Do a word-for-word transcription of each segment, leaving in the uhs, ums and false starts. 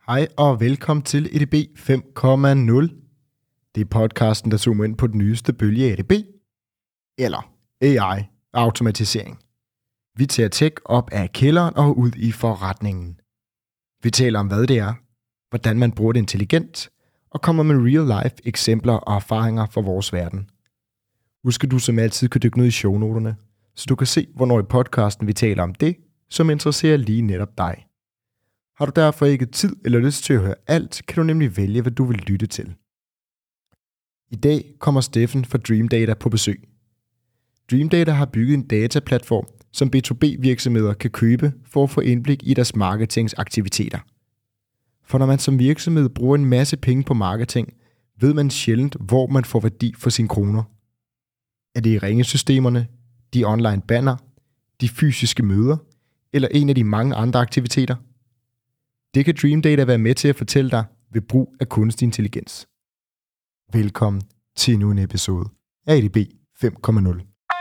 Hej og velkommen til E D B fem komma nul. Det er podcasten, der zoomer ind på den nyeste bølge af E D B, eller A I, automatisering. Vi tager tech op af kælderen og ud i forretningen. Vi taler om, hvad det er, hvordan man bruger det intelligent, og kommer med real-life eksempler og erfaringer fra vores verden. Husk, at du som altid kan dykke ned i shownoterne, så du kan se, hvornår i podcasten vi taler om det, som interesserer lige netop dig. Har du derfor ikke tid eller lyst til at høre alt, kan du nemlig vælge, hvad du vil lytte til. I dag kommer Steffen fra DreamData på besøg. DreamData har bygget en dataplatform, som B to B virksomheder kan købe for at få indblik i deres marketingsaktiviteter. For når man som virksomhed bruger en masse penge på marketing, ved man sjældent, hvor man får værdi for sine kroner. Er det i ringesystemerne, de online banner, de fysiske møder eller en af de mange andre aktiviteter? Det kan DreamData være med til at fortælle dig ved brug af kunstig intelligens. Velkommen til endnu en episode af E D B fem komma nul.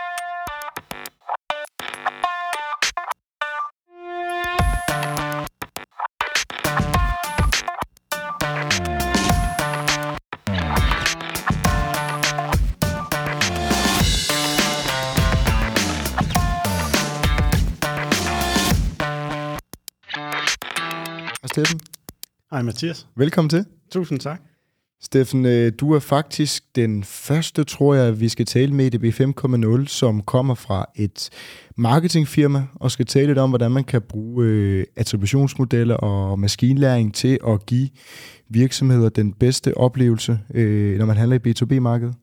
Steffen. Hej Mathias. Velkommen til. Tusind tak. Steffen, du er faktisk den første, tror jeg, vi skal tale med i E D B fem komma nul, som kommer fra et marketingfirma og skal tale lidt om, hvordan man kan bruge øh, attributionsmodeller og maskinlæring til at give virksomheder den bedste oplevelse, øh, når man handler i B to B-markedet.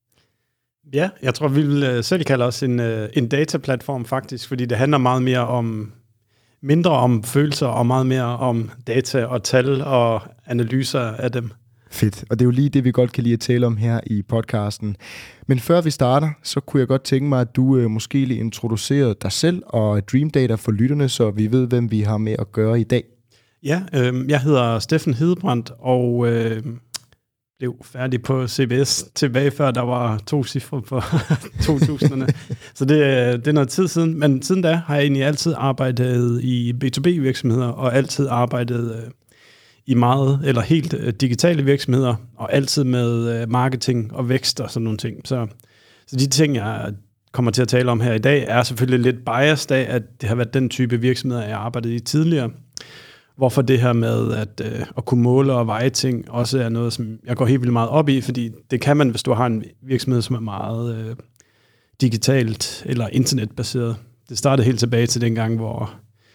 Ja, jeg tror, vi vil selv kalde os en, en dataplatform faktisk, fordi det handler meget mere om mindre om følelser og meget mere om data og tal og analyser af dem. Fedt, og det er jo lige det, vi godt kan lide at tale om her i podcasten. Men før vi starter, så kunne jeg godt tænke mig, at du øh, måske lige introducerede dig selv og DreamData for lytterne, så vi ved, hvem vi har med at gøre i dag. Ja, øh, jeg hedder Steffen Hedebrandt og øh, blev færdig på C B S tilbage før der var to cifre på to tusinderne. Så det, det er noget tid siden. Men siden da har jeg egentlig altid arbejdet i B to B-virksomheder og altid arbejdet øh, i meget eller helt øh, digitale virksomheder og altid med øh, marketing og vækst og sådan nogle ting. Så, så de ting, jeg kommer til at tale om her i dag, er selvfølgelig lidt biased af, at det har været den type virksomheder, jeg har arbejdet i tidligere. Hvorfor det her med at, øh, at kunne måle og veje ting også er noget, som jeg går helt vildt meget op i, fordi det kan man, hvis du har en virksomhed, som er meget øh, digitalt eller internetbaseret. Det startede helt tilbage til den gang, hvor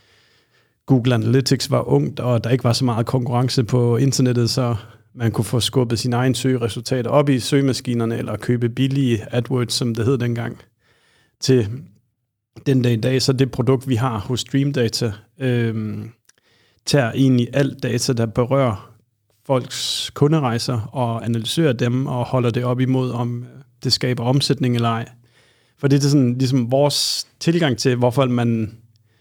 Google Analytics var ungt, og der ikke var så meget konkurrence på internettet, så man kunne få skubbet sine egne søgeresultater op i søgemaskinerne, eller købe billige AdWords, som det hed dengang, til den dag i dag. Så det produkt, vi har hos DreamData, øh, tager egentlig alt data, der berører folks kunderejser, og analyserer dem, og holder det op imod, om det skaber omsætning eller ej. For det er sådan, ligesom vores tilgang til, hvorfor man,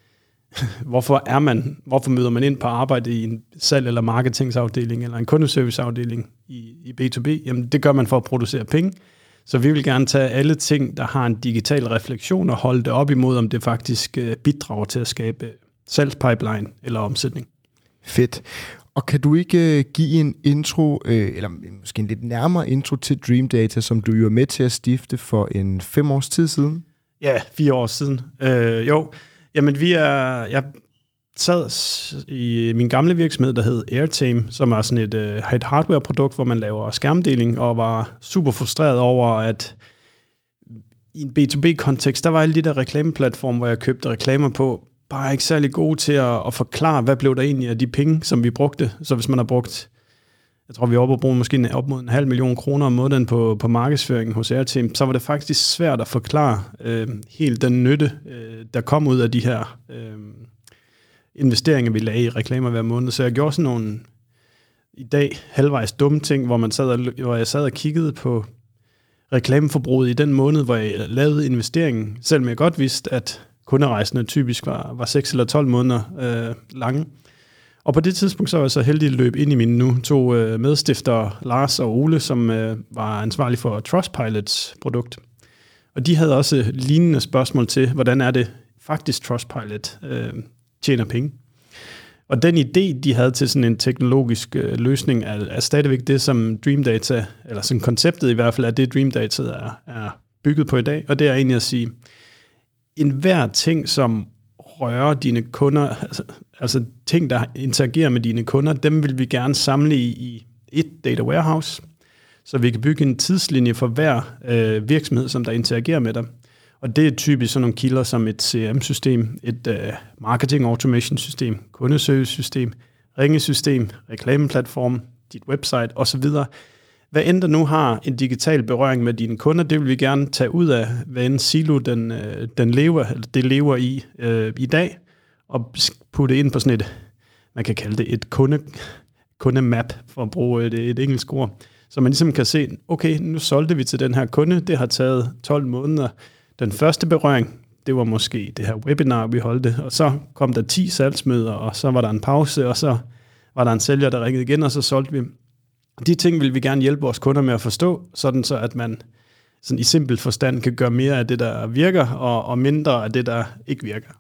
hvorfor er man, hvorfor møder man ind på arbejde i en salg- eller marketingsafdeling, eller en kundeserviceafdeling i, i B to B, jamen det gør man for at producere penge. Så vi vil gerne tage alle ting, der har en digital refleksion, og holde det op imod, om det faktisk bidrager til at skabe salgspipeline eller omsætning. Fedt. Og kan du ikke give en intro, øh, eller måske en lidt nærmere intro til DreamData, som du jo er med til at stifte for en fem års tid siden? Ja, fire år siden. Øh, jo, jamen vi er, jeg sad i min gamle virksomhed, der hed Airtame, som er sådan et, øh, et hardware-produkt, hvor man laver skærmdeling, og var super frustreret over, at i en B to B-kontekst, der var alle de der reklameplatforme, hvor jeg købte reklamer på, bare ikke særlig gode til at, at forklare, hvad blev der egentlig af de penge, som vi brugte. Så hvis man har brugt, jeg tror vi er oppe at bruge måske op mod en halv million kroner om måneden på, på markedsføringen hos Airtime, så var det faktisk svært at forklare øh, helt den nytte, øh, der kom ud af de her øh, investeringer, vi lagde i reklamer hver måned. Så jeg gjorde sådan nogle i dag halvvejs dumme ting, hvor, man sad og, hvor jeg sad og kiggede på reklameforbruget i den måned, hvor jeg lavede investeringen, selvom jeg godt vidste, at kunderejsene typisk var, var seks eller tolv måneder øh, lange. Og på det tidspunkt så var jeg så heldig at løbe ind i mine nu to øh, medstiftere, Lars og Ole, som øh, var ansvarlige for Trustpilots produkt. Og de havde også lignende spørgsmål til, hvordan er det faktisk Trustpilot øh, tjener penge. Og den idé, de havde til sådan en teknologisk øh, løsning, er, er stadigvæk det, som Dream Data, eller sådan konceptet i hvert fald, er det Dream Data er, er bygget på i dag. Og det er egentlig at sige, enhver ting, som rører dine kunder, altså, altså ting, der interagerer med dine kunder, dem vil vi gerne samle i, i et data warehouse, så vi kan bygge en tidslinje for hver øh, virksomhed, som der interagerer med dig. Og det er typisk sådan nogle kilder som et C R M-system, et uh, marketing automation-system, kundeservice-system, ringesystem, reklameplatform, dit website osv. Hvad end der nu har en digital berøring med dine kunder, det vil vi gerne tage ud af, hvad end silo den, uh, den lever, eller det lever i uh, i dag, og putte ind på sådan et, man kan kalde det et kunde, kundemap, for at bruge et, et engelsk ord, så man ligesom kan se, okay, nu solgte vi til den her kunde, det har taget tolv måneder. Den første berøring, det var måske det her webinar, vi holdte, og så kom der ti salgsmøder, og så var der en pause, og så var der en sælger, der ringede igen, og så solgte vi. De ting vil vi gerne hjælpe vores kunder med at forstå, sådan så at man sådan i simpel forstand kan gøre mere af det, der virker, og, og mindre af det, der ikke virker.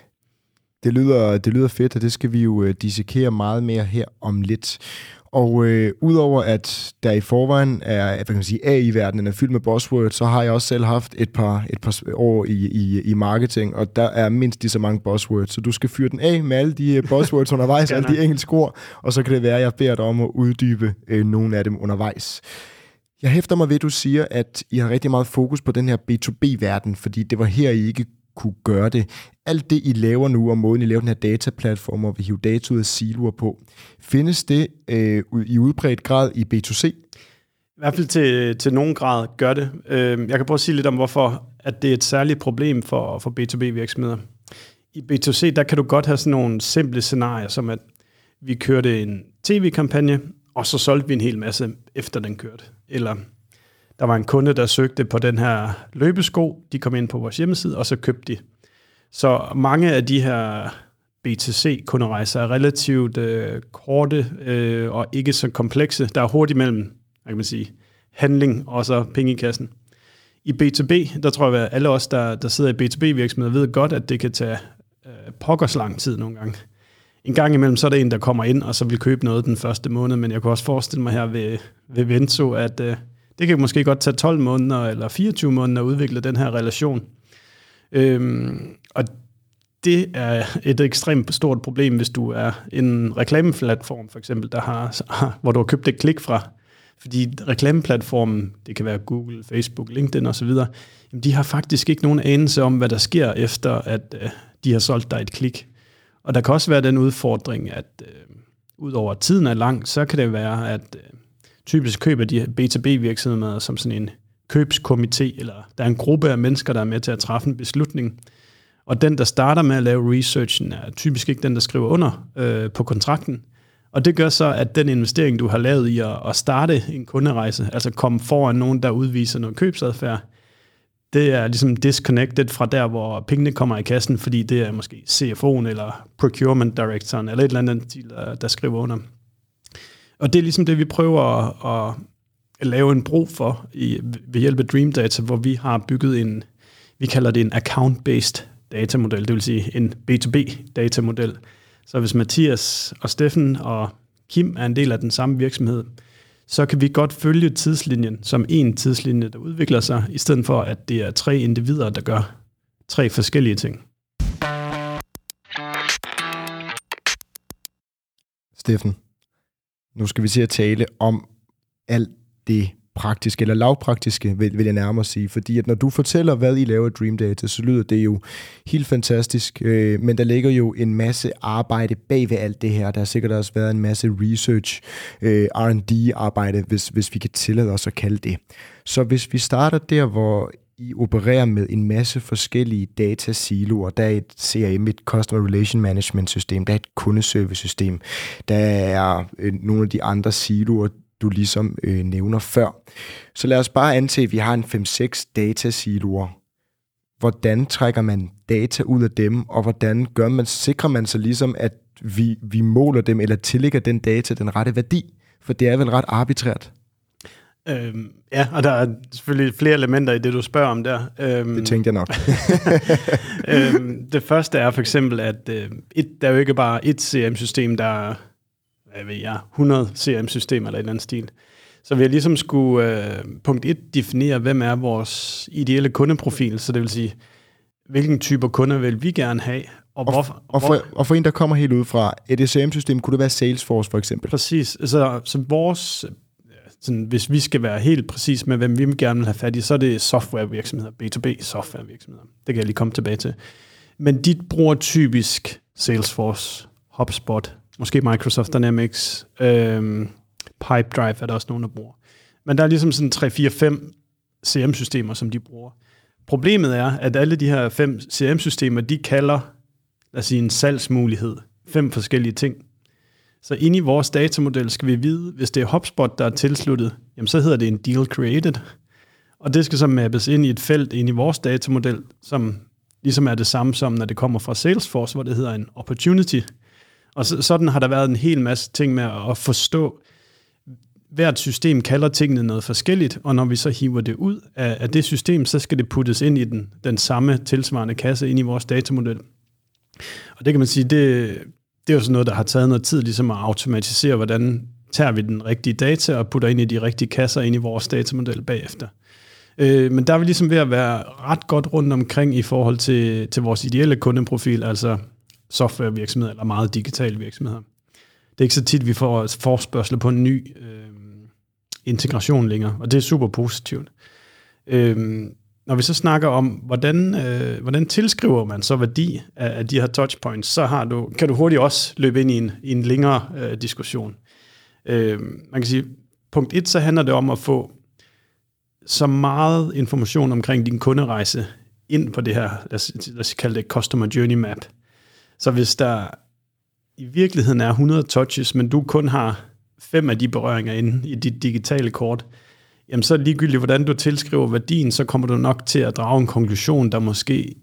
Det lyder, det lyder fedt, og det skal vi jo dissekere meget mere her om lidt. Og øh, udover at der i forvejen er, hvad kan man sige, A I-verdenen er fyldt med buzzwords, så har jeg også selv haft et par, et par år i, i, i marketing, og der er mindst lige så mange buzzwords. Så du skal fyre den af med alle de buzzwords undervejs, alle de engelske ord, og så kan det være, at jeg beder dig om at uddybe øh, nogle af dem undervejs. Jeg hæfter mig ved, at du siger, at I har rigtig meget fokus på den her B to B-verden, fordi det var her, I ikke kunne gøre det. Alt det, I laver nu, og måden I laver den her dataplatform, og vi hiver data ud af siloer på, findes det øh, i udbredt grad i B to C? I hvert fald til, til nogen grad gør det. Jeg kan prøve at sige lidt om, hvorfor at det er et særligt problem for, for B to B-virksomheder. I B to C, der kan du godt have sådan nogle simple scenarier, som at vi kørte en tv-kampagne, og så solgte vi en hel masse, efter den kørte. Eller der var en kunde, der søgte på den her løbesko, de kom ind på vores hjemmeside, og så købte de. Så mange af de her B to C-kunderejser er relativt øh, korte øh, og ikke så komplekse. Der er hurtigt mellem, hvad kan man sige, handling og så penge i kassen. I B to B, der tror jeg, at alle os, der, der sidder i B to B-virksomheder, ved godt, at det kan tage øh, pokkers lang tid nogle gange. En gang imellem, så er der en, der kommer ind, og så vil købe noget den første måned, men jeg kan også forestille mig her ved, ved Venso, at øh, det kan måske godt tage tolv måneder eller fireogtyve måneder at udvikle den her relation. Øhm, og det er et ekstremt stort problem, hvis du er en reklameplatform, for eksempel, der har, hvor du har købt et klik fra. Fordi reklameplatformen, det kan være Google, Facebook, LinkedIn osv., de har faktisk ikke nogen anelse om, hvad der sker efter, at øh, de har solgt dig et klik. Og der kan også være den udfordring, at øh, udover at tiden er lang, så kan det være, at øh, typisk køber de B to B-virksomheder som sådan en købskomité, eller der er en gruppe af mennesker, der er med til at træffe en beslutning. Og den, der starter med at lave researchen, er typisk ikke den, der skriver under øh, på kontrakten. Og det gør så, at den investering, du har lavet i at, at starte en kunderejse, altså komme foran nogen, der udviser noget købsadfærd, det er ligesom disconnected fra der, hvor pengene kommer i kassen, fordi det er måske C F O'en eller procurement directoren eller et eller andet, der, der skriver under. Og det er ligesom det, vi prøver at, at lave en brug for i, ved hjælp af Dream Data, hvor vi har bygget en, vi kalder det en account-based datamodel, det vil sige en B to B-datamodel. Så hvis Mathias og Steffen og Kim er en del af den samme virksomhed, så kan vi godt følge tidslinjen som en tidslinje, der udvikler sig, i stedet for, at det er tre individer, der gør tre forskellige ting. Steffen, nu skal vi se at tale om alt det praktiske, eller lavpraktiske, vil, vil jeg nærmere sige. Fordi at når du fortæller, hvad I laver i Dream Data, så lyder det jo helt fantastisk. Øh, men der ligger jo en masse arbejde bag ved alt det her. Der har sikkert også været en masse research, øh, R and D-arbejde, hvis, hvis vi kan tillade os at kalde det. Så hvis vi starter der, hvor I opererer med en masse forskellige datasiloer, der er et C R M, et Customer Relation Management system, der er et kundeservice-system, der er øh, nogle af de andre siloer, du ligesom øh, nævner før. Så lad os bare antage, at vi har en fem seks datasiloer. Hvordan trækker man data ud af dem, og hvordan gør man, sikrer man sig ligesom, at vi, vi måler dem, eller tillægger den data den rette værdi? For det er vel ret arbitrært? Øhm, ja, og der er selvfølgelig flere elementer i det, du spørger om der. Øhm, det tænkte jeg nok. øhm, det første er for eksempel, at øh, et, der er jo ikke bare et C R M-system, der er hvad ved jeg, hundrede C R M-systemer eller et eller andet stil. Så vi har ligesom skulle, øh, punkt et, definere, hvem er vores ideelle kundeprofil, så det vil sige, hvilken typer kunder vil vi gerne have, og, og, hvorfor, og, for, og for en, der kommer helt ud fra et C R M-system, kunne det være Salesforce for eksempel? Præcis. Så, så vores, sådan, hvis vi skal være helt præcis med, hvem vi gerne vil have fat i, så er det softwarevirksomheder, B to B softwarevirksomheder. Det kan jeg lige komme tilbage til. Men de bruger typisk Salesforce, HubSpot, måske Microsoft Dynamics, øhm, Pipedrive er der også nogen, der bruger. Men der er ligesom sådan tre, fire, fem C R M-systemer, som de bruger. Problemet er, at alle de her fem C R M-systemer, de kalder, lad os sige, en salgsmulighed. Fem forskellige ting. Så inde i vores datamodel skal vi vide, hvis det er HubSpot, der er tilsluttet, jamen så hedder det en deal created. Og det skal så mappes ind i et felt inde i vores datamodel, som ligesom er det samme som, når det kommer fra Salesforce, hvor det hedder en opportunity. Og så, sådan har der været en hel masse ting med at forstå. Hvert system kalder tingene noget forskelligt, og når vi så hiver det ud af, af det system, så skal det puttes ind i den, den samme tilsvarende kasse ind i vores datamodel. Og det kan man sige, det, det er jo sådan noget, der har taget noget tid, ligesom at automatisere, hvordan tager vi den rigtige data og putter ind i de rigtige kasser ind i vores datamodel bagefter. Øh, men der er vi ligesom ved at være ret godt rundt omkring i forhold til, til vores ideelle kundeprofil, altså softwarevirksomheder eller meget digitale virksomheder. Det er ikke så tit, vi får forspørgsel på en ny øh, integration længere, og det er super positivt. Øh, når vi så snakker om, hvordan, øh, hvordan tilskriver man så værdi af, af de her touchpoints, så har du, kan du hurtigt også løbe ind i en, i en længere øh, diskussion. Øh, man kan sige, punkt et, så handler det om at få så meget information omkring din kunderejse ind på det her, lad os, lad os kalde det Customer Journey Map. Så hvis der i virkeligheden er hundrede touches, men du kun har fem af de berøringer inde i dit digitale kort, jamen så ligegyldigt, hvordan du tilskriver værdien, så kommer du nok til at drage en konklusion, der måske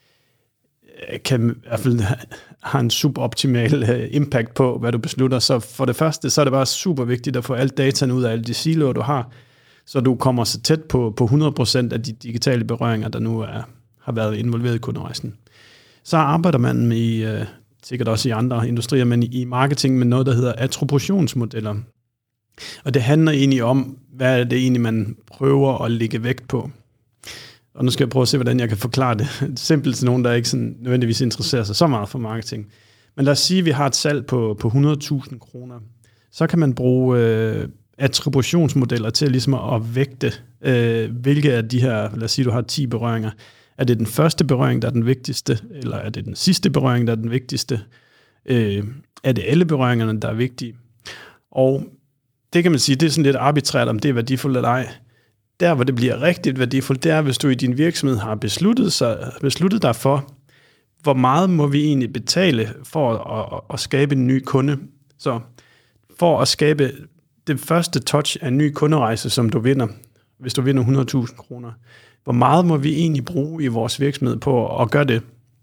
kan i hvert fald have en suboptimal impact på, hvad du beslutter. Så for det første, så er det bare super vigtigt at få alt dataen ud af alle de siloer, du har, så du kommer så tæt på, på hundrede procent af de digitale berøringer, der nu er, har været involveret i kunderejsen. Så arbejder man i, uh, sikkert også i andre industrier, men i marketing med noget, der hedder attributionsmodeller. Og det handler egentlig om, hvad er det egentlig, man prøver at lægge vægt på. Og nu skal jeg prøve at se, hvordan jeg kan forklare det simpelt til nogen, der ikke sådan nødvendigvis interesserer sig så meget for marketing. Men lad os sige, at vi har et salg på, på hundrede tusind kroner. Så kan man bruge øh, attributionsmodeller til ligesom at vægte, øh, hvilke af de her, lad os sige, du har ti berøringer. Er det den første berøring, der er den vigtigste, eller er det den sidste berøring, der er den vigtigste? Øh, er det alle berøringerne, der er vigtige? Og det kan man sige, det er sådan lidt arbitrært, om det er værdifuldt eller ej. Der, hvor det bliver rigtig værdifuldt, det er, hvis du i din virksomhed har besluttet, sig, besluttet dig for, hvor meget må vi egentlig betale for at, at, at skabe en ny kunde. Så for at skabe det første touch af en ny kunderejse, som du vinder, hvis du vinder hundrede tusind kroner, hvor meget må vi egentlig bruge i vores virksomhed på at gøre det?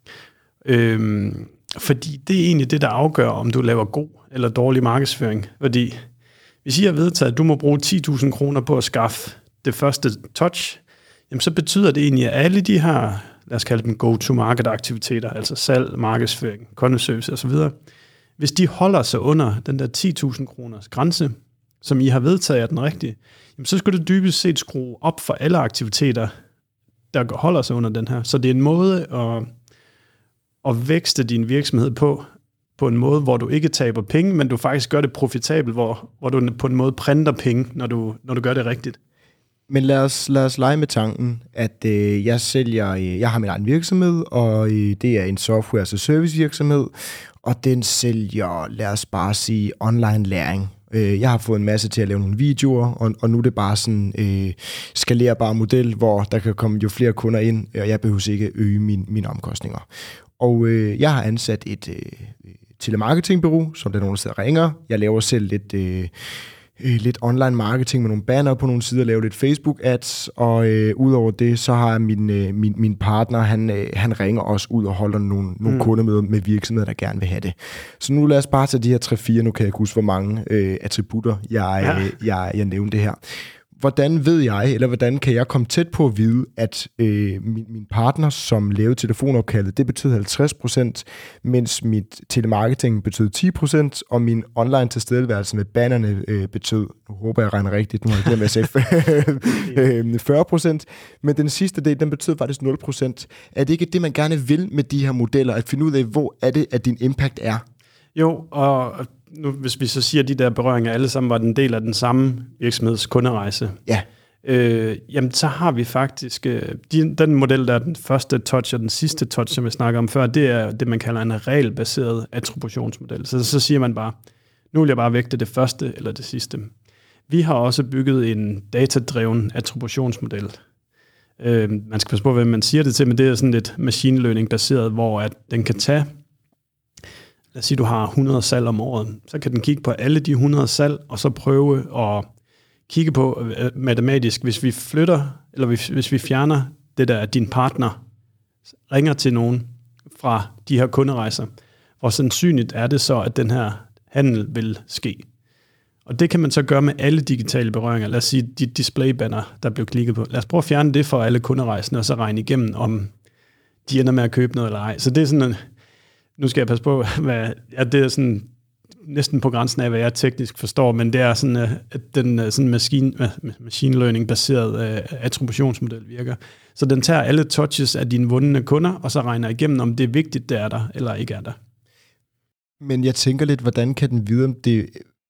Øhm, fordi det er egentlig det, der afgør, om du laver god eller dårlig markedsføring. Fordi hvis I har vedtaget, at du må bruge ti tusind kroner på at skaffe det første touch, jamen så betyder det egentlig, at alle de her, lad os kalde dem go-to-market-aktiviteter, altså salg, markedsføring, kundeservice osv., hvis de holder sig under den der ti tusind kroners grænse, som I har vedtaget er den rigtige, jamen så skal du dybest set skrue op for alle aktiviteter, der holder sig under den her. Så det er en måde at, at vækste din virksomhed på, på en måde, hvor du ikke taber penge, men du faktisk gør det profitabelt, hvor, hvor du på en måde printer penge, når du, når du gør det rigtigt. Men lad os, lad os lege med tanken, at øh, jeg sælger, øh, jeg har min egen virksomhed, og øh, det er en software- og service virksomhed, og den sælger, lad os bare sige, online læring. Øh, jeg har fået en masse til at lave nogle videoer, og, og nu er det bare sådan en øh, skalerbar model, hvor der kan komme jo flere kunder ind, og jeg behøver ikke øge min, mine omkostninger. Og øh, jeg har ansat et øh, telemarketingbureau, som der nogen, der sidder og ringer. Jeg laver selv lidt... Øh, lidt online marketing med nogle banner på nogle sider, lave lidt Facebook-ads, og øh, udover det, så har jeg min, øh, min, min partner, han, øh, han ringer også ud og holder nogle, nogle mm. kundemøder med virksomheder, der gerne vil have det. Så nu lad os bare tage de her tre fire, nu kan jeg ikke huske, hvor mange øh, attributter, jeg, ja. øh, jeg, jeg nævnte her. hvordan ved jeg, eller hvordan kan jeg komme tæt på at vide, at øh, min, min partner, som lavede telefonopkaldet, det betød halvtreds procent, mens mit telemarketing betød ti procent, og min online tilstedeværelse med bannerne øh, betød, nu håber jeg regner rigtigt, nu har jeg glemt at sige fyrre procent, men den sidste del, den betød faktisk nul procent. Er det ikke det, man gerne vil med de her modeller, at finde ud af, hvor er det, at din impact er? Jo, og nu, hvis vi så siger, at de der berøringer alle sammen var en del af den samme virksomheds kunderejse, ja. øh, jamen så har vi faktisk, øh, de, den model, der er den første touch og den sidste touch, som jeg snakker om før, det er det, man kalder en regelbaseret attributionsmodel. Så, så siger man bare, nu vil jeg bare vægte det første eller det sidste. Vi har også bygget en datadreven attributionsmodel. Øh, man skal passe på, hvad man siger det til, men det er sådan lidt machine learning baseret, hvor at den kan tage, lad os sige, du har hundrede salg om året, så kan den kigge på alle de hundrede salg, og så prøve at kigge på øh, matematisk, hvis vi flytter, eller hvis, hvis vi fjerner det der, at din partner ringer til nogen fra de her kunderejser, hvor sandsynligt er det så, at den her handel vil ske. Og det kan man så gøre med alle digitale berøringer. Lad os sige, de displaybanner, der blev klikket på. Lad os prøve at fjerne det for alle kunderejsene, og så regne igennem, om de ender med at købe noget eller ej. Så det er sådan en, nu skal jeg passe på, hvad, ja, det er sådan næsten på grænsen af, hvad jeg teknisk forstår, men det er sådan, at den sådan machine, machine learning-baseret uh, attributionsmodel virker. Så den tager alle touches af dine vundne kunder, og så regner igennem, om det er vigtigt, det er der, eller ikke er der. Men jeg tænker lidt, hvordan kan den vide, om det...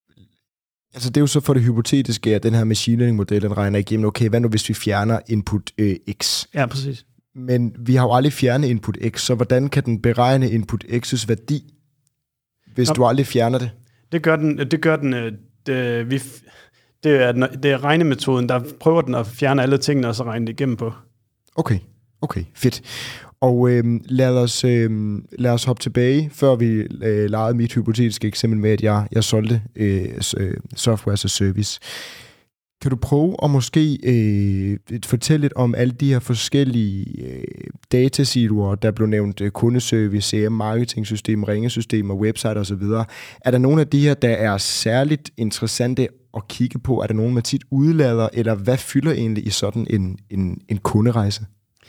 Altså det er jo så for det hypotetiske, at den her machine learning-model, den regner igennem, okay, hvad nu hvis vi fjerner input øh, X? Ja, præcis. Men vi har jo aldrig fjernet input X, så hvordan kan den beregne input X's værdi, hvis Nå, du aldrig fjerner det? Det gør den, det gør den, det, vi, det, er, det er regnemetoden, der prøver den at fjerne alle tingene, og så regne det igennem på. Okay, okay, fedt. Og øh, lad, os, øh, lad os hoppe tilbage, før vi øh, legede mit hypotetiske eksempel med, at jeg, jeg solgte øh, software as a service. Kan du prøve at måske øh, fortælle lidt om alle de her forskellige øh, datasiloer, der blev nævnt, øh, kundeservice, C R M, marketingsystem, ringesystem og website osv. Er der nogle af de her, der er særligt interessante at kigge på? Er der nogen, man tit udlader, eller hvad fylder egentlig i sådan en, en, en kunderejse?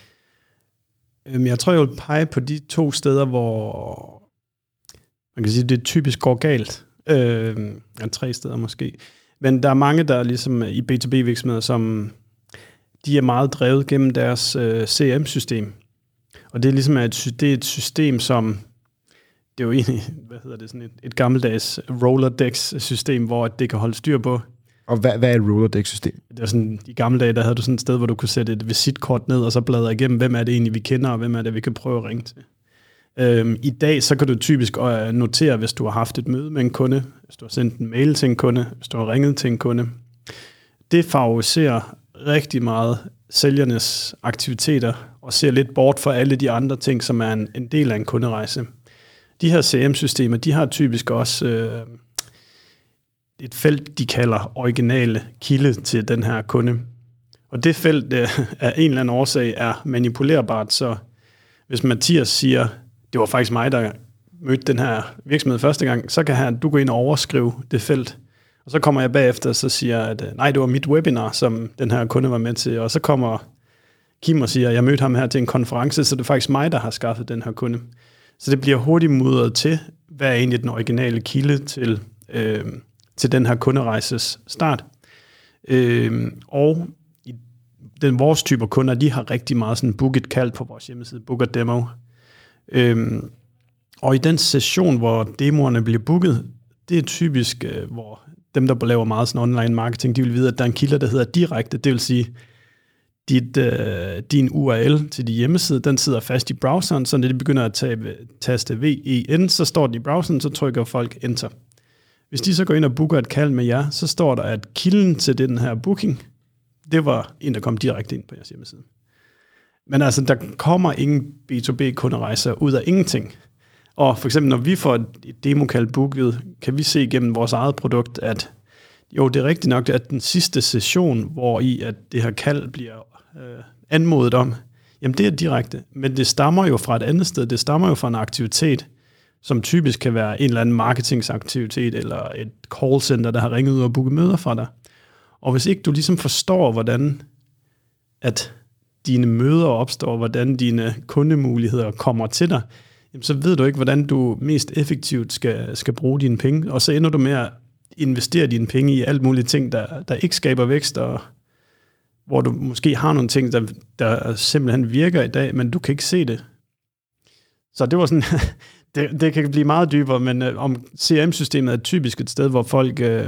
Jeg tror, jeg vil pege på de to steder, hvor man kan sige, det typisk går galt. Øh, ja, tre steder måske. Men der er mange, der er ligesom i B to B-virksomheder, som de er meget drevet gennem deres øh, C R M-system. Og det er ligesom et, det er et system, som, det er jo egentlig, hvad hedder det, sådan et, et gammeldags Rolodex-system, hvor det kan holde styr på. Og hvad, hvad er et Rolodex-system? Det var sådan, i gamle dage, der havde du sådan et sted, hvor du kunne sætte et visitkort ned, og så bladre igennem, hvem er det egentlig, vi kender, og hvem er det, vi kan prøve at ringe til. Øhm, I dag, så kan du typisk notere, hvis du har haft et møde med en kunde, hvis du har sendt en mail til en kunde, hvis du har ringet til en kunde. Det favoriserer rigtig meget sælgernes aktiviteter, og ser lidt bort fra alle de andre ting, som er en, en del af en kunderejse. De her C R M-systemer, de har typisk også øh, et felt, de kalder originale kilde til den her kunde. Og det felt øh, af en eller anden årsag er manipulerbart, så hvis Mathias siger, det var faktisk mig, der mødte den her virksomhed første gang, så kan han, du gå ind og overskrive det felt. Og så kommer jeg bagefter, og så siger jeg, at nej, det var mit webinar, som den her kunde var med til. Og så kommer Kim og siger, jeg mødte ham her til en konference, så det er faktisk mig, der har skaffet den her kunde. Så det bliver hurtigt mudret til, hvad er egentlig den originale kilde til, øh, til den her kunderejses start. Øh, og i den, vores typer kunder, de har rigtig meget sådan book it kald på vores hjemmeside, book a demo. Øh, og i den session, hvor demoerne bliver booket, det er typisk, øh, hvor dem, der laver meget sådan online marketing, de vil vide, at der er en kilde, der hedder direkte. Det vil sige, dit, øh, din U R L til din hjemmeside, den sidder fast i browseren, så når de begynder at tage, taste V E N, så står den i browseren, så trykker folk enter. Hvis de så går ind og booker et kald med jer, så står der, at kilden til den her booking, det var en, der kom direkte ind på jeres hjemmeside. Men altså, der kommer ingen B to B-kunderejser ud af ingenting. Og for eksempel, når vi får et demokald booket, kan vi se igennem vores eget produkt, at jo, det er rigtigt nok, at den sidste session, hvor i at det her kald bliver øh, anmodet om, jamen det er direkte. Men det stammer jo fra et andet sted. Det stammer jo fra en aktivitet, som typisk kan være en eller anden marketingsaktivitet, eller et callcenter, der har ringet ud og booket møder fra dig. Og hvis ikke du ligesom forstår, hvordan at dine møder opstår, hvordan dine kundemuligheder kommer til dig, jamen så ved du ikke, hvordan du mest effektivt skal, skal bruge dine penge, og så ender du med at investere dine penge i alt mulige ting, der, der ikke skaber vækst, og hvor du måske har nogle ting, der, der simpelthen virker i dag, men du kan ikke se det. Så det var sådan, det, det kan blive meget dybere, men øh, om C R M-systemet er typisk et sted, hvor folk øh,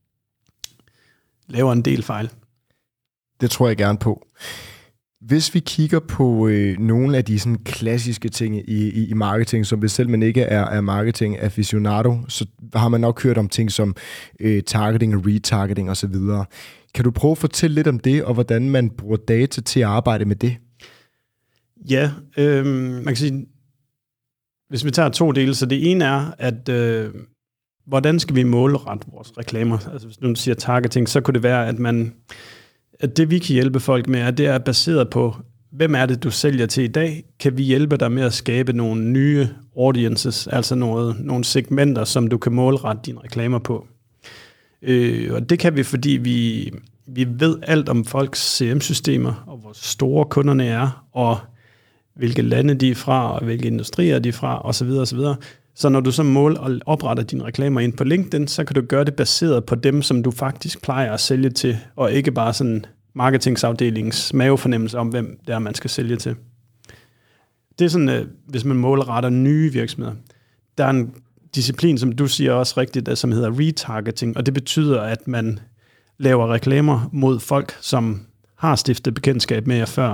laver en del fejl. Det tror jeg gerne på. Hvis vi kigger på øh, nogle af de sådan, klassiske ting i, i, i marketing, som hvis selv man ikke er, er marketing aficionado, så har man nok hørt om ting som øh, targeting og retargeting osv. Kan du prøve at fortælle lidt om det, og hvordan man bruger data til at arbejde med det? Ja, øh, man kan sige, hvis vi tager to dele, så det ene er, at øh, hvordan skal vi målrette vores reklamer? Altså hvis du siger targeting, så kunne det være, at man at det vi kan hjælpe folk med, at det er baseret på, hvem er det, du sælger til i dag? Kan vi hjælpe dig med at skabe nogle nye audiences, altså noget, nogle segmenter, som du kan målrette dine reklamer på? Øh, og det kan vi, fordi vi, vi ved alt om folks C R M-systemer, og hvor store kunderne er, og hvilke lande de er fra, og hvilke industrier de er fra, osv. osv. Så når du så mål og opretter dine reklamer ind på LinkedIn, så kan du gøre det baseret på dem, som du faktisk plejer at sælge til, og ikke bare sådan marketingsafdelingens mavefornemmelse om, hvem det er, man skal sælge til. Det er sådan, hvis man målretter nye virksomheder. Der er en disciplin, som du siger også rigtigt, som hedder retargeting, og det betyder, at man laver reklamer mod folk, som har stiftet bekendtskab med jer før.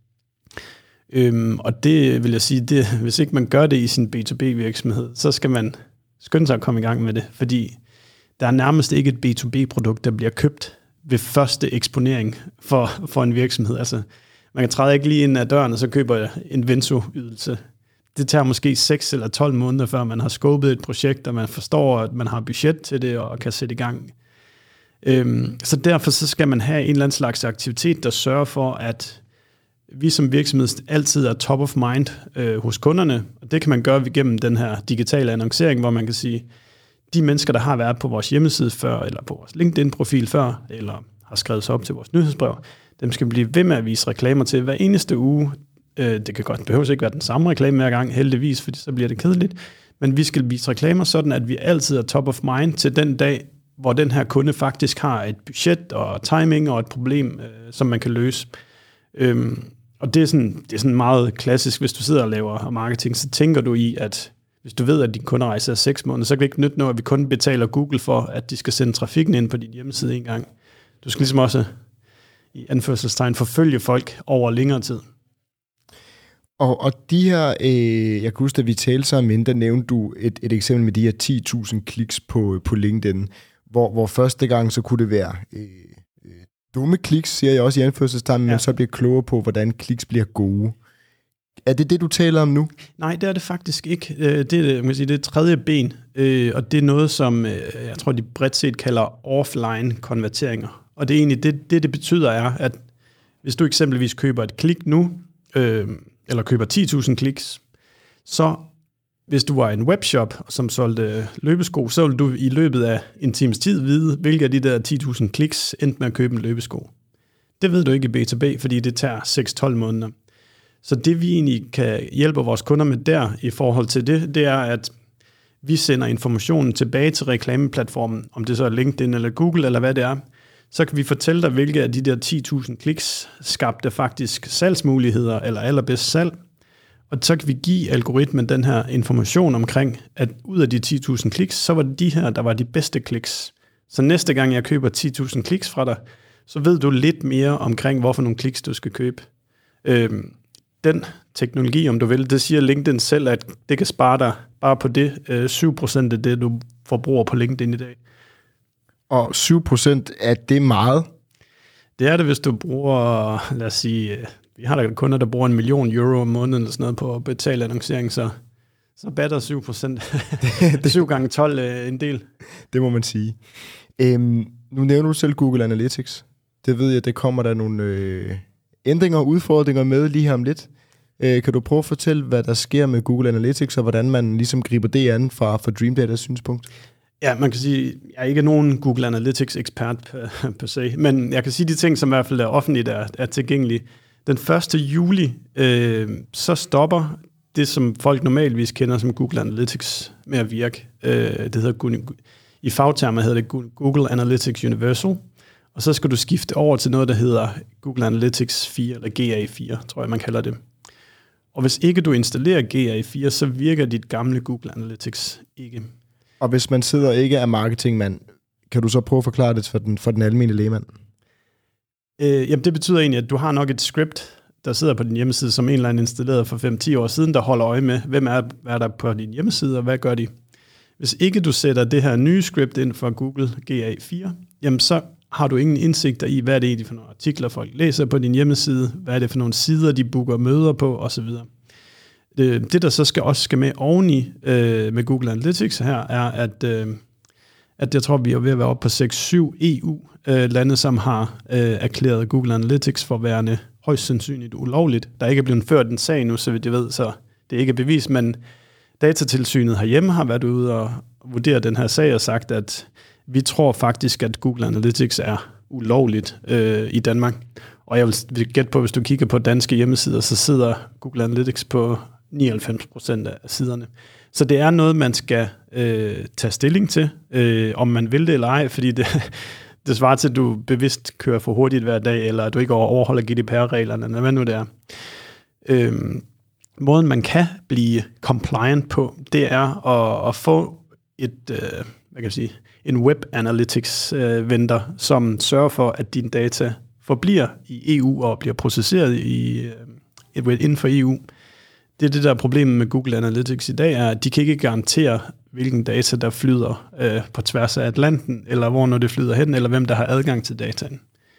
Øhm, og det vil jeg sige, det, hvis ikke man gør det i sin B to B virksomhed, så skal man skynde sig at komme i gang med det, fordi der er nærmest ikke et B to B produkt, der bliver købt ved første eksponering for, for en virksomhed. Altså, man kan træde ikke lige ind ad døren, og så køber en Venso-ydelse. Det tager måske seks eller tolv måneder, før man har scopet et projekt, og man forstår, at man har budget til det, og kan sætte i gang. Øhm, så derfor så skal man have en eller anden slags aktivitet, der sørger for, at vi som virksomhed altid er top of mind øh, hos kunderne, og det kan man gøre gennem den her digitale annoncering, hvor man kan sige, de mennesker, der har været på vores hjemmeside før, eller på vores LinkedIn-profil før, eller har skrevet sig op til vores nyhedsbrev, dem skal vi blive ved med at vise reklamer til hver eneste uge. Øh, det kan godt, det behøver ikke være den samme reklame hver gang, heldigvis, fordi så bliver det kedeligt, men vi skal vise reklamer sådan, at vi altid er top of mind til den dag, hvor den her kunde faktisk har et budget og timing og et problem, øh, som man kan løse. Øhm, Og det er, sådan, det er sådan meget klassisk, hvis du sidder og laver marketing, så tænker du i, at hvis du ved, at din kunderejse er seks måneder, så kan det ikke nytte noget, at vi kun betaler Google for, at de skal sende trafikken ind på din hjemmeside en gang. Du skal ligesom også i anførselstegn forfølge folk over længere tid. Og, og de her, øh, jeg kan huske, at vi talte sammen, der nævnte du et, et eksempel med de her ti tusind kliks på, på LinkedIn, hvor, hvor første gang så kunne det være øh, dumme kliks, siger jeg også i anførselstegn, ja. Men så bliver klogere på, hvordan kliks bliver gode. Er det det, du taler om nu? Nej, det er det faktisk ikke. Det er, man kan sige, det er tredje ben, og det er noget, som jeg tror, de bredt set kalder offline-konverteringer. Og det er egentlig det, det, det betyder er, at hvis du eksempelvis køber et klik nu, eller køber ti tusind kliks, så hvis du var en webshop, som solgte løbesko, så ville du i løbet af en times tid vide, hvilke af de der ti tusind kliks endte med at købe en løbesko. Det ved du ikke i B to B, fordi det tager seks til tolv måneder. Så det vi egentlig kan hjælpe vores kunder med der i forhold til det, det er, at vi sender informationen tilbage til reklameplatformen, om det så er LinkedIn eller Google eller hvad det er, så kan vi fortælle dig, hvilke af de der ti tusind kliks skabte faktisk salgsmuligheder eller allerbedst salg. Og så kan vi give algoritmen den her information omkring, at ud af de ti tusind kliks, så var det de her, der var de bedste kliks. Så næste gang jeg køber ti tusind kliks fra dig, så ved du lidt mere omkring, hvorfor nogle kliks du skal købe. Øhm, den teknologi, om du vil, det siger LinkedIn selv, at det kan spare dig bare på det øh, syv procent af det, du forbruger på LinkedIn i dag. Og syv procent af det meget? Det er det, hvis du bruger, lad os sige, vi har der kunder, der bruger en million euro om måneden eller sådan noget på at betale annoncering, så, så batter syv procent. syv gange tolv øh, en del. Det må man sige. Øhm, nu nævner du selv Google Analytics. Det ved jeg, det kommer der nogle øh, ændringer og udfordringer med lige her om lidt. Øh, kan du prøve at fortælle, hvad der sker med Google Analytics, og hvordan man ligesom griber det an fra, fra Dream Datas synspunkt? Ja, man kan sige, jeg er ikke nogen Google Analytics-ekspert per se, men jeg kan sige de ting, som i hvert fald er offentligt er, er tilgængelige. Den første juli, øh, så stopper det, som folk normalvis kender som Google Analytics med at virke. Øh, det hedder, i fagtermer hedder det Google Analytics Universal, og så skal du skifte over til noget, der hedder Google Analytics fire, eller G A fire, tror jeg, man kalder det. Og hvis ikke du installerer G A fire, så virker dit gamle Google Analytics ikke. Og hvis man sidder og ikke er marketingmand, kan du så prøve at forklare det for den, for den almindelige lægemand? Øh, jamen det betyder egentlig, at du har nok et script, der sidder på din hjemmeside, som en eller anden installeret for fem til ti år siden, der holder øje med, hvem er, er der på din hjemmeside, og hvad gør de? Hvis ikke du sætter det her nye script ind for Google G A fire, jamen så har du ingen indsigter i, hvad er det egentlig for nogle artikler, folk læser på din hjemmeside, hvad er det for nogle sider, de booker møder på, osv. Det, det der så skal også skal med oveni øh, med Google Analytics her, er, at, øh, at jeg tror, vi er ved at være oppe på seks syv E U-lande, som har øh, erklæret Google Analytics for værende højst sandsynligt ulovligt. Der er ikke blevet ført en sag nu, så vidt jeg ved, så det er ikke bevist, men Datatilsynet herhjemme har været ude og vurdere den her sag og sagt, at vi tror faktisk, at Google Analytics er ulovligt øh, i Danmark. Og jeg vil gætte på, hvis du kigger på danske hjemmesider, så sidder Google Analytics på nioghalvfems procent af siderne. Så det er noget, man skal øh, tage stilling til, øh, om man vil det eller ej, fordi det, det svarer til, at du bevidst kører for hurtigt hver dag, eller at du ikke overholder G D P R-reglerne, eller hvad nu det er. Øh, måden, man kan blive compliant på, det er at, at få et, øh, hvad kan jeg sige, en web analytics øh, vendor, som sørger for, at dine data forbliver i E U og bliver processeret i, øh, inden for E U. Det er det, der er problemet med Google Analytics i dag, er, at de kan ikke garantere, hvilken data, der flyder øh, på tværs af Atlanten, eller hvor når det flyder hen, eller hvem, der har adgang til dataen.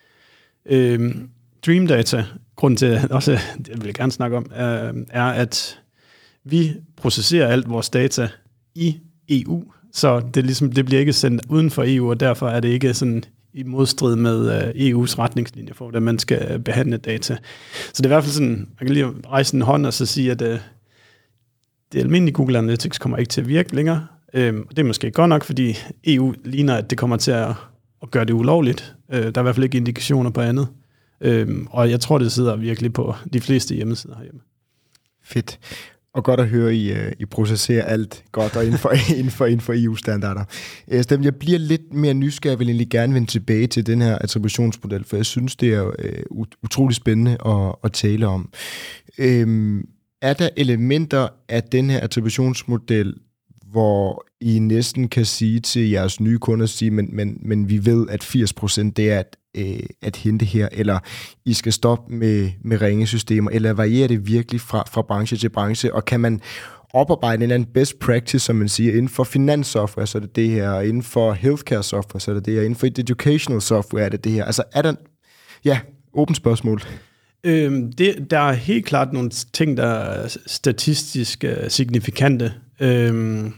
Øh, Dream Data, grunden til også, det vil jeg gerne snakke om, øh, er, at vi processerer alt vores data i E U, så det, ligesom, det bliver ikke sendt uden for E U, og derfor er det ikke sådan i modstrid med E U's retningslinjer for, hvordan man skal behandle data. Så det er i hvert fald sådan, man kan lige rejse en hånd og så sige, at uh, det almindelige Google Analytics kommer ikke til at virke længere. Um, og det er måske godt nok, fordi E U ligner, at det kommer til at, at gøre det ulovligt. Uh, der er i hvert fald ikke indikationer på andet. Um, og jeg tror, det sidder virkelig på de fleste hjemmesider herhjemme. Fedt. Og godt at høre, I, I processerer alt godt og inden for, inden for, inden for E U-standarder. Stem, jeg bliver lidt mere nysgerrig, jeg vil egentlig gerne vende tilbage til den her attributionsmodel, for jeg synes, det er uh, utrolig spændende at, at tale om. Øhm, er der elementer af den her attributionsmodel, hvor I næsten kan sige til jeres nye kunder, sige, men, men, men vi ved, at firs procent det er at, øh, at hente her, eller I skal stoppe med, med ringesystemer, eller varierer det virkelig fra, fra branche til branche, og kan man oparbejde en eller anden best practice, som man siger, inden for finanssoftware, så er det det her, og inden for healthcare software, så er det det her, inden for educational software, er det det her. Altså er der, ja, åbent spørgsmål. Øhm, det, der er helt klart nogle ting, der er statistisk uh, signifikante. Øhm,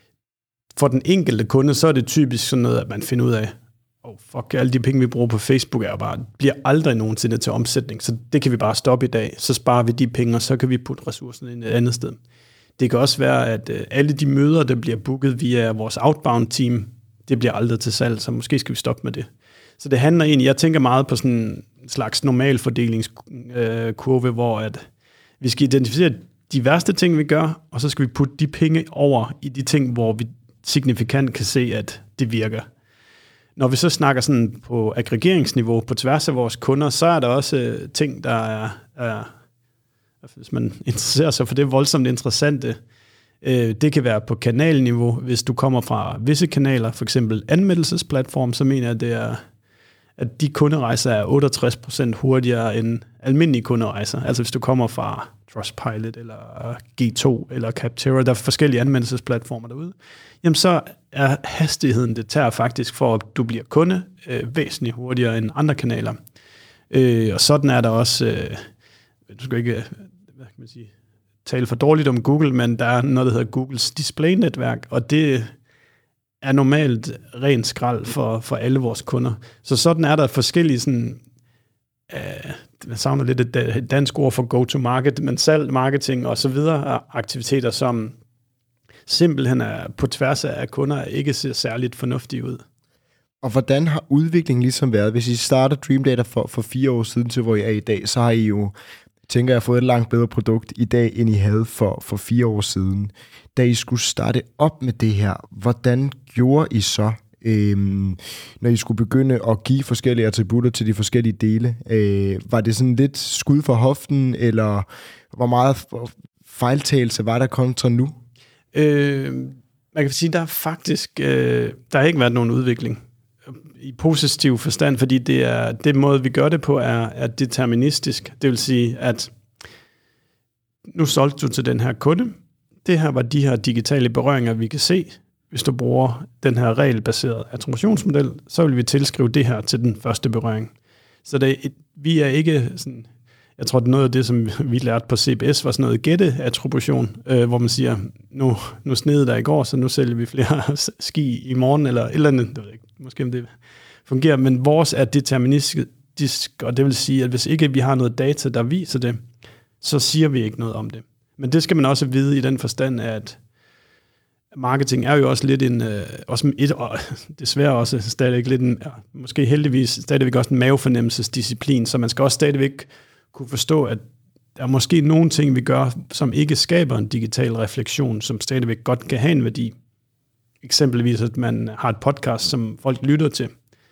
for den enkelte kunde, så er det typisk sådan noget, at man finder ud af, oh fuck, alle de penge, vi bruger på Facebook, er bare, bliver aldrig nogensinde til omsætning, så det kan vi bare stoppe i dag. Så sparer vi de penge, og så kan vi putte ressourcerne ind et andet sted. Det kan også være, at uh, alle de møder, der bliver booket via vores outbound-team, det bliver aldrig til salg, så måske skal vi stoppe med det. Så det handler egentlig, jeg tænker meget på sådan en slags normalfordelingskurve, øh, hvor at vi skal identificere de værste ting, vi gør, og så skal vi putte de penge over i de ting, hvor vi signifikant kan se, at det virker. Når vi så snakker sådan på aggregeringsniveau på tværs af vores kunder, så er der også øh, ting, der er, er, hvis man interesserer sig for det, voldsomt interessante. Øh, det kan være på kanalniveau, hvis du kommer fra visse kanaler, for eksempel anmeldelsesplatform, så mener jeg, at det er at de kunderejser er otteogtres procent hurtigere end almindelige kunderejser. Altså hvis du kommer fra Trustpilot eller G to eller Capterra, der er forskellige anmeldelsesplatformer derude, jamen så er hastigheden, det tager faktisk for, at du bliver kunde, øh, væsentligt hurtigere end andre kanaler. Øh, og sådan er der også, øh, du skal ikke hvad kan man sige, tale for dårligt om Google, men der er noget, der hedder Googles display-netværk, og det er normalt ren skrald for, for alle vores kunder. Så sådan er der forskellige sådan, øh, man savner lidt et dansk ord for go-to-market, men salg, marketing og så videre aktiviteter, som, simpelthen er på tværs af kunder ikke ser særligt fornuftige ud. Og hvordan har udviklingen ligesom været? Hvis I starter Dream Data for, for fire år siden til, hvor I er i dag, så har I jo, tænker jeg, fået et langt bedre produkt i dag, end I havde for, for fire år siden. Da I skulle starte op med det her, hvordan gjorde I så, øhm, når I skulle begynde at give forskellige attributter til de forskellige dele? Øh, var det sådan lidt skud for hoften, eller hvor meget fejltagelse var der kontra nu? Øh, man kan sige, der er faktisk øh, der har ikke været nogen udvikling i positiv forstand, fordi det er det måde, vi gør det på, er, er deterministisk. Det vil sige, at nu solgte du til den her kunde. Det her var de her digitale berøringer, vi kan se. Hvis du bruger den her regelbaserede attributionsmodel, så vil vi tilskrive det her til den første berøring. Så det er et, vi er ikke sådan, jeg tror, det er noget af det, som vi lærte på C B S, var sådan noget gætte-attribution, øh, hvor man siger, nu, nu snede der i går, så nu sælger vi flere ski i morgen, eller et eller andet, det ved jeg ikke, måske om det fungerer, men vores er deterministisk, og det vil sige, at hvis ikke vi har noget data, der viser det, så siger vi ikke noget om det. Men det skal man også vide i den forstand, at marketing er jo også lidt en, øh, også et, og desværre også stadigvæk lidt en, ja, måske heldigvis stadigvæk også en mavefornemmelsesdisciplin, så man skal også stadigvæk kunne forstå, at der er måske nogle ting, vi gør, som ikke skaber en digital refleksion, som stadigvæk godt kan have en værdi. Eksempelvis, at man har et podcast, som folk lytter til.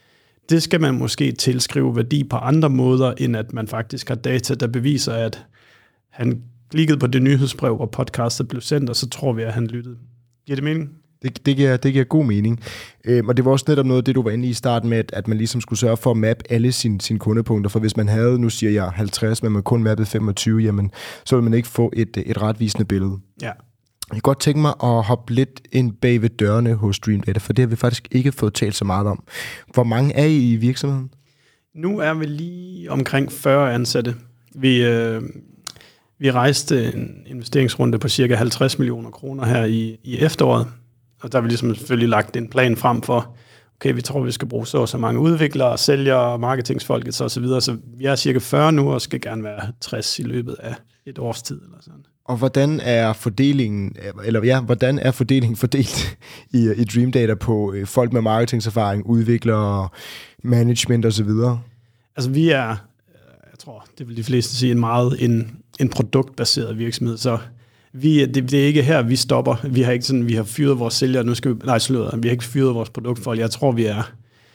Det skal man måske tilskrive værdi på andre måder, end at man faktisk har data, der beviser, at han klikkede på det nyhedsbrev, hvor podcastet blev sendt, og så tror vi, at han lyttede. Giver det mening? Det, det, giver, det giver god mening. Øhm, og det var også netop noget af det, du var inde i starten med, at, at man ligesom skulle sørge for at mappe alle sine, sine kundepunkter. For hvis man havde, nu siger jeg halvtreds, men man kun mappede femogtyve, jamen, så ville man ikke få et, et retvisende billede. Ja. Jeg kan godt tænke mig at hoppe lidt ind bag ved dørene hos Dream Data, for det har vi faktisk ikke fået talt så meget om. Hvor mange er I i virksomheden? Nu er vi lige omkring fyrre ansatte. Vi, øh, vi rejste en investeringsrunde på cirka halvtreds millioner kroner her i, i efteråret. Og der har vi ligesom selvfølgelig lagt en plan frem for, okay, vi tror, vi skal bruge så og så mange udviklere, sælgere, marketingsfolket så og så videre. Så vi er cirka fyrre nu, og skal gerne være tres i løbet af et års tid eller sådan. Og hvordan er fordelingen, eller ja, hvordan er fordelingen fordelt i, i Dream Data på øh, folk med marketingserfaring, udviklere, management og så videre? Altså vi er, jeg tror, det vil de fleste sige, en meget en, en produktbaseret virksomhed, så vi, det, det er ikke her, vi stopper. Vi har ikke sådan, vi har fyret vores sælgere, nu skal vi, nej, sløret, vi har ikke fyret vores produktfolk. Jeg tror, vi er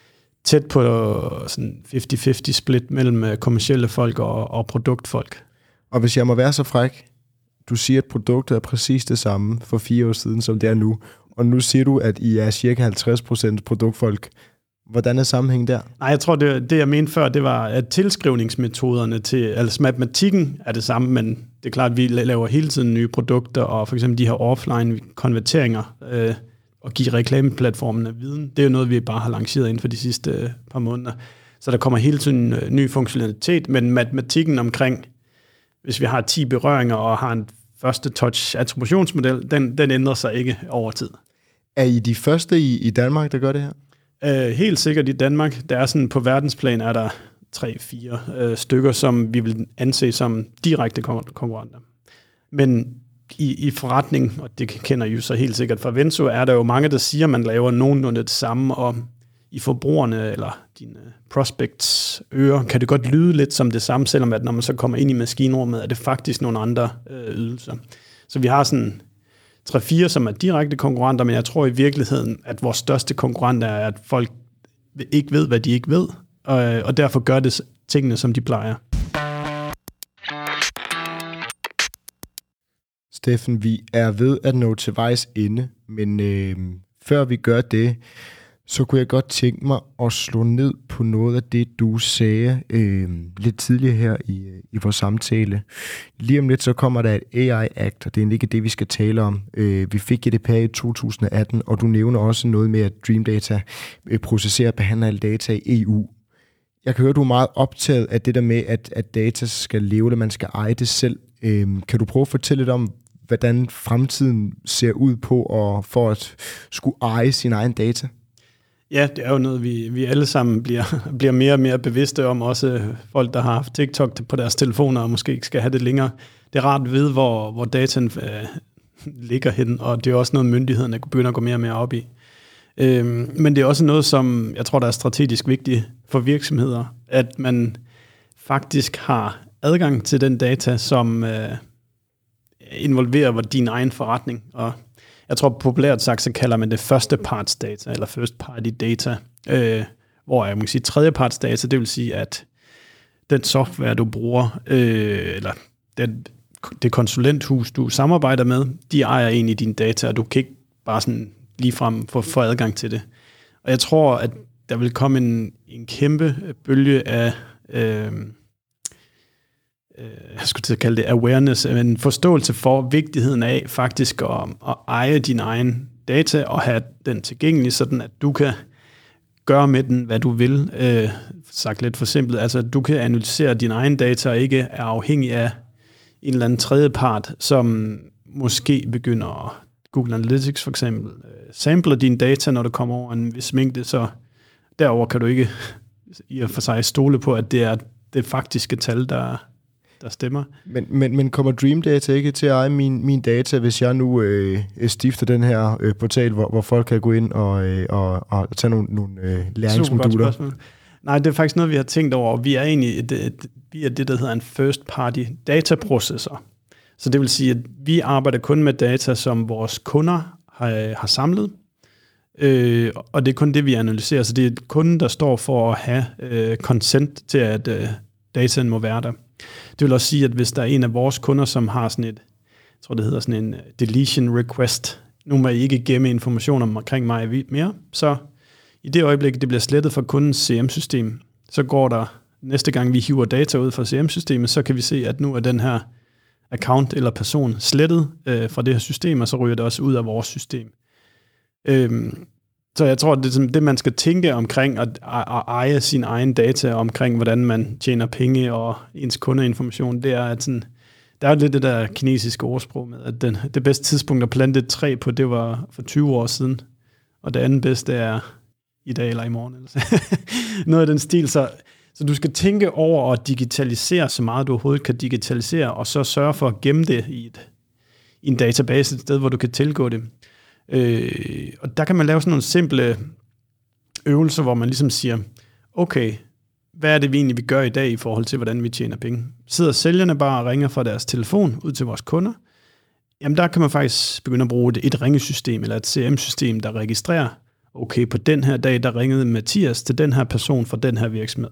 tæt på sådan halvtreds halvtreds split mellem kommercielle folk og, og produktfolk. Og hvis jeg må være så fræk, du siger, at produktet er præcis det samme for fire år siden, som det er nu, og nu siger du, at I er cirka halvtreds procent produktfolk. Hvordan er sammenhængen der? Nej, jeg tror, det, det jeg mente før, det var, at tilskrivningsmetoderne til, altså matematikken er det samme, men det er klart, at vi laver hele tiden nye produkter, og for eksempel de her offline konverteringer, øh, og give reklameplatformene viden, det er jo noget, vi bare har lanceret inden for de sidste øh, par måneder. Så der kommer hele tiden øh, ny funktionalitet, men matematikken omkring, hvis vi har ti berøringer og har en første touch attributionsmodel, den, den ændrer sig ikke over tid. Er I de første i, i Danmark, der gør det her? Uh, helt sikkert i Danmark. Der er sådan, på verdensplan er der tre, fire uh, stykker, som vi vil anse som direkte konkurrenter. Men i, i forretning, og det kender I jo så helt sikkert fra Venso, er der jo mange, der siger, at man laver nogenlunde det samme, og i forbrugerne eller dine prospects ører, kan det godt lyde lidt som det samme, selvom at når man så kommer ind i maskinrummet, er det faktisk nogle andre øh, ydelser. Så vi har sådan tre fire, som er direkte konkurrenter, men jeg tror i virkeligheden, at vores største konkurrenter er, at folk ikke ved, hvad de ikke ved, og, og derfor gør det tingene, som de plejer. Steffen, vi er ved at nå til vejs ende, men øh, før vi gør det, så kunne jeg godt tænke mig at slå ned på noget af det, du sagde øh, lidt tidligere her i, i vores samtale. Lige om lidt, så kommer der et A I Act, og det er ikke det, vi skal tale om. Øh, vi fik G D P R i to tusind atten, og du nævner også noget med, at Dream Data øh, processerer og behandler alle data i E U. Jeg kan høre, du er meget optaget af det der med, at, at data skal leve, eller man skal eje det selv. Øh, kan du prøve at fortælle lidt om, hvordan fremtiden ser ud på, og for at skulle eje sin egen data? Ja, det er jo noget, vi, vi alle sammen bliver, bliver mere og mere bevidste om, også folk, der har haft TikTok på deres telefoner, og måske ikke skal have det længere. Det er rart at vide, hvor, hvor dataen øh, ligger hen, og det er også noget, myndighederne begynder at gå mere og mere op i. Øhm, men det er også noget, som jeg tror, der er strategisk vigtigt for virksomheder, at man faktisk har adgang til den data, som øh, involverer din egen forretning. Og jeg tror populært sagt, så kalder man det første parts data, eller first party data, øh, hvor jeg må sige tredje parts data, det vil sige, at den software, du bruger, øh, eller den, det konsulenthus, du samarbejder med, de ejer egentlig dine data, og du kan ikke bare sådan ligefrem få, få adgang til det. Og jeg tror, at der vil komme en, en kæmpe bølge af, øh, øh, jeg skulle til at kalde det awareness, en forståelse for vigtigheden af faktisk at, at eje din egen data og have den tilgængelig, sådan at du kan gøre med den, hvad du vil. Øh, sagt lidt for simpelt, altså du kan analysere din egen data og ikke er afhængig af en eller anden tredje part, som måske begynder at Google Analytics for eksempel øh, sampler dine data, når du kommer over en vis mængde, så derover kan du ikke i og for sig stole på, at det er det faktiske tal, der, der stemmer. Men, men, men kommer Dream Data ikke til at eje min, min data, hvis jeg nu øh, stifter den her øh, portal, hvor, hvor folk kan gå ind og, øh, og, og tage nogle, nogle øh, læringsmoduler? Nej, det er faktisk noget, vi har tænkt over. Vi er egentlig et, et, vi er det, der hedder en first party data processor. Så det vil sige, at vi arbejder kun med data, som vores kunder har, har samlet, øh, og det er kun det, vi analyserer. Så det er kunden, der står for at have øh, consent til, at øh, dataen må være der. Det vil også sige, at hvis der er en af vores kunder, som har sådan et, jeg tror det hedder sådan en deletion request, nu må I ikke gemme information omkring mig mere, så i det øjeblik, det bliver slettet fra kundens C M-system, så går der, næste gang vi hiver data ud fra C M-systemet, så kan vi se, at nu er den her account eller person slettet øh, fra det her system, og så ryger det også ud af vores system. Øhm, så jeg tror, det er det, man skal tænke omkring, at, at eje sin egen data omkring, hvordan man tjener penge og ens kundeinformation, det er, at sådan, der er lidt det der kinesiske ordsprog med, at den, det bedste tidspunkt at plante et træ på, det var for tyve år siden, og det andet bedste er i dag eller i morgen. Eller noget af den stil, så Så du skal tænke over at digitalisere så meget, du overhovedet kan digitalisere, og så sørge for at gemme det i, et, i en database, et sted, hvor du kan tilgå det. Øh, og der kan man lave sådan nogle simple øvelser, hvor man ligesom siger, okay, hvad er det, vi egentlig vil gøre i dag i forhold til, hvordan vi tjener penge? Sidder sælgerne bare og ringer fra deres telefon ud til vores kunder? Jamen der kan man faktisk begynde at bruge et, et ringesystem eller et C M-system, der registrerer, okay, på den her dag, der ringede Mathias til den her person fra den her virksomhed.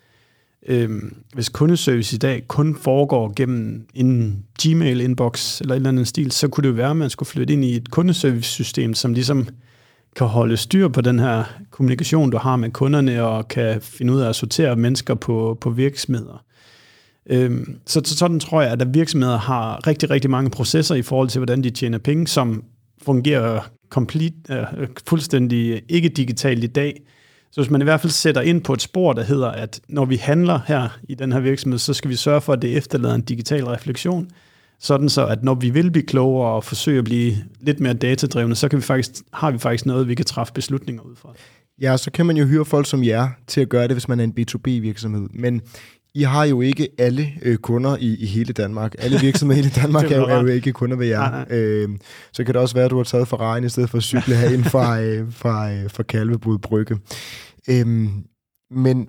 Øhm, hvis kundeservice i dag kun foregår gennem en Gmail-inbox eller et eller andet stil, så kunne det jo være, at man skulle flytte ind i et kundeservice-system, som ligesom kan holde styr på den her kommunikation, du har med kunderne, og kan finde ud af at sortere mennesker på, på virksomheder. Øhm, så, så sådan tror jeg, at virksomheder har rigtig, rigtig mange processer i forhold til, hvordan de tjener penge, som fungerer komplet, øh, fuldstændig ikke digitalt i dag. Så hvis man i hvert fald sætter ind på et spor, der hedder, at når vi handler her i den her virksomhed, så skal vi sørge for, at det efterlader en digital refleksion, sådan så, at når vi vil blive klogere og forsøge at blive lidt mere datadrevne, så kan vi faktisk, har vi faktisk noget, vi kan træffe beslutninger ud fra. Ja, så kan man jo hyre folk som jer til at gøre det, hvis man er en B to B virksomhed. Men I har jo ikke alle øh, kunder i, i hele Danmark. Alle virksomheder i hele Danmark er, jo, er jo ikke kunder ved jer. Nej, nej. Øh, så kan det også være, at du har taget Ferrari i stedet for at cykle herinde fra, øh, fra, øh, fra Kalvebod Brygge. Øh, men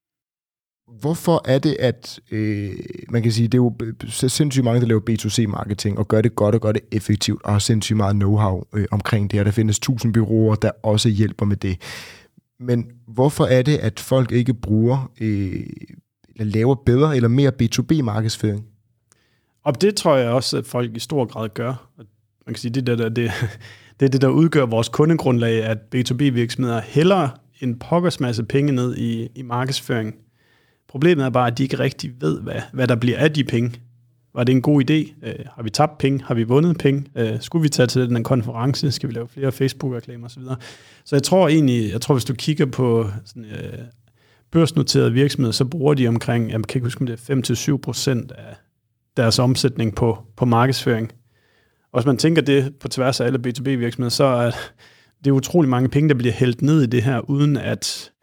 hvorfor er det, at øh, man kan sige, det er jo sindssygt mange, der laver B to C-marketing og gør det godt og gør det effektivt og har sindssygt meget know-how øh, omkring det her. Der findes tusind bureauer, der også hjælper med det. Men hvorfor er det, at folk ikke bruger øh, eller laver bedre eller mere B to B-markedsføring? Og det tror jeg også, at folk i stor grad gør. Man kan sige, det, der, det, det er det, der udgør vores kundegrundlag, at B to B-virksomheder hælder en pokkers masse penge ned i, i markedsføring. Problemet er bare, at de ikke rigtig ved, hvad, hvad der bliver af de penge. Var det en god idé? Øh, har vi tabt penge? Har vi vundet penge? Øh, skulle vi tage til den konference? Skal vi lave flere Facebook-reklamer osv.? Så jeg tror egentlig, jeg tror, hvis du kigger på sådan, øh, børsnoterede virksomheder, så bruger de omkring, jeg kan ikke huske, om det er fem til syv procent af deres omsætning på, på markedsføring. Og hvis man tænker det på tværs af alle B to B-virksomheder, så er det utrolig mange penge, der bliver hældt ned i det her, uden at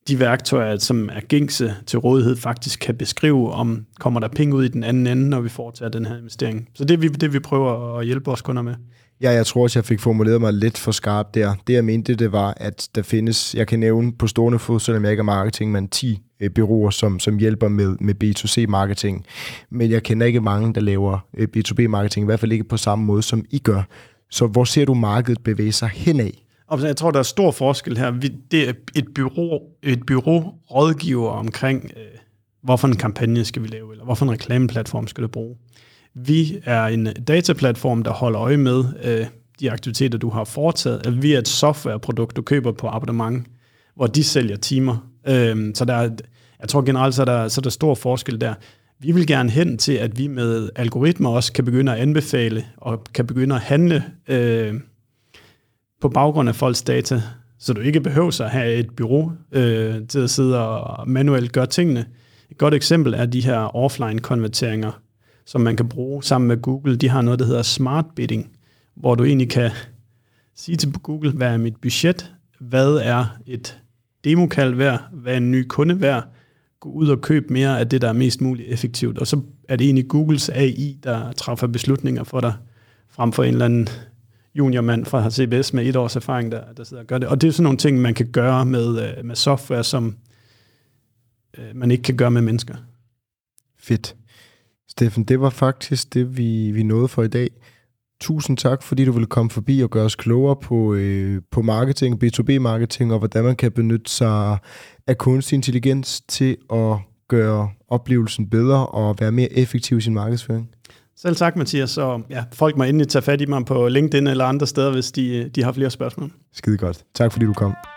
de værktøjer, som er gængse til rådighed, faktisk kan beskrive, om kommer der penge ud i den anden ende, når vi foretager den her investering. Så det er vi, det, vi prøver at hjælpe vores kunder med. Ja, jeg tror også, jeg fik formuleret mig lidt for skarpt der. Det, jeg mente, det var, at der findes, jeg kan nævne på stående fod, selvom jeg ikke er marketing, men ti øh, bureauer, som, som hjælper med, med B to C-marketing. Men jeg kender ikke mange, der laver øh, B to B-marketing, i hvert fald ikke på samme måde, som I gør. Så hvor ser du markedet bevæge sig henad? Jeg tror, der er stor forskel her. Vi, det er et bureau, et bureau rådgiver omkring, øh, hvorfor en kampagne skal vi lave, eller hvorfor en reklameplatform skal du bruge. Vi er en dataplatform, der holder øje med øh, de aktiviteter, du har foretaget. Altså, vi er et softwareprodukt, du køber på abonnement, hvor de sælger timer. Øh, så der er, jeg tror generelt, så er, der, så er der stor forskel der. Vi vil gerne hen til, at vi med algoritmer også kan begynde at anbefale, og kan begynde at handle øh, på baggrund af folks data, så du ikke behøver at have et bureau øh, til at sidde og manuelt gøre tingene. Et godt eksempel er de her offline-konverteringer, som man kan bruge sammen med Google. De har noget, der hedder Smart Bidding, hvor du egentlig kan sige til Google, hvad er mit budget, hvad er et demokald værd, hvad er en ny kunde værd, gå ud og købe mere af det, der er mest muligt effektivt. Og så er det egentlig Googles A I, der træffer beslutninger for dig, frem for en eller anden juniormand fra C B S med et års erfaring, der, der sidder og gør det. Og det er sådan nogle ting, man kan gøre med, med software, som øh, man ikke kan gøre med mennesker. Fedt. Steffen, det var faktisk det, vi, vi nåede for i dag. Tusind tak, fordi du ville komme forbi og gøre os klogere på, øh, på marketing, B to B-marketing, og hvordan man kan benytte sig af kunstig intelligens til at gøre oplevelsen bedre og være mere effektiv i sin markedsføring. Selv tak, Mathias. Så ja, folk må endelig tage fat i mig på LinkedIn eller andre steder, hvis de, de har flere spørgsmål. Skide godt. Tak, fordi du kom.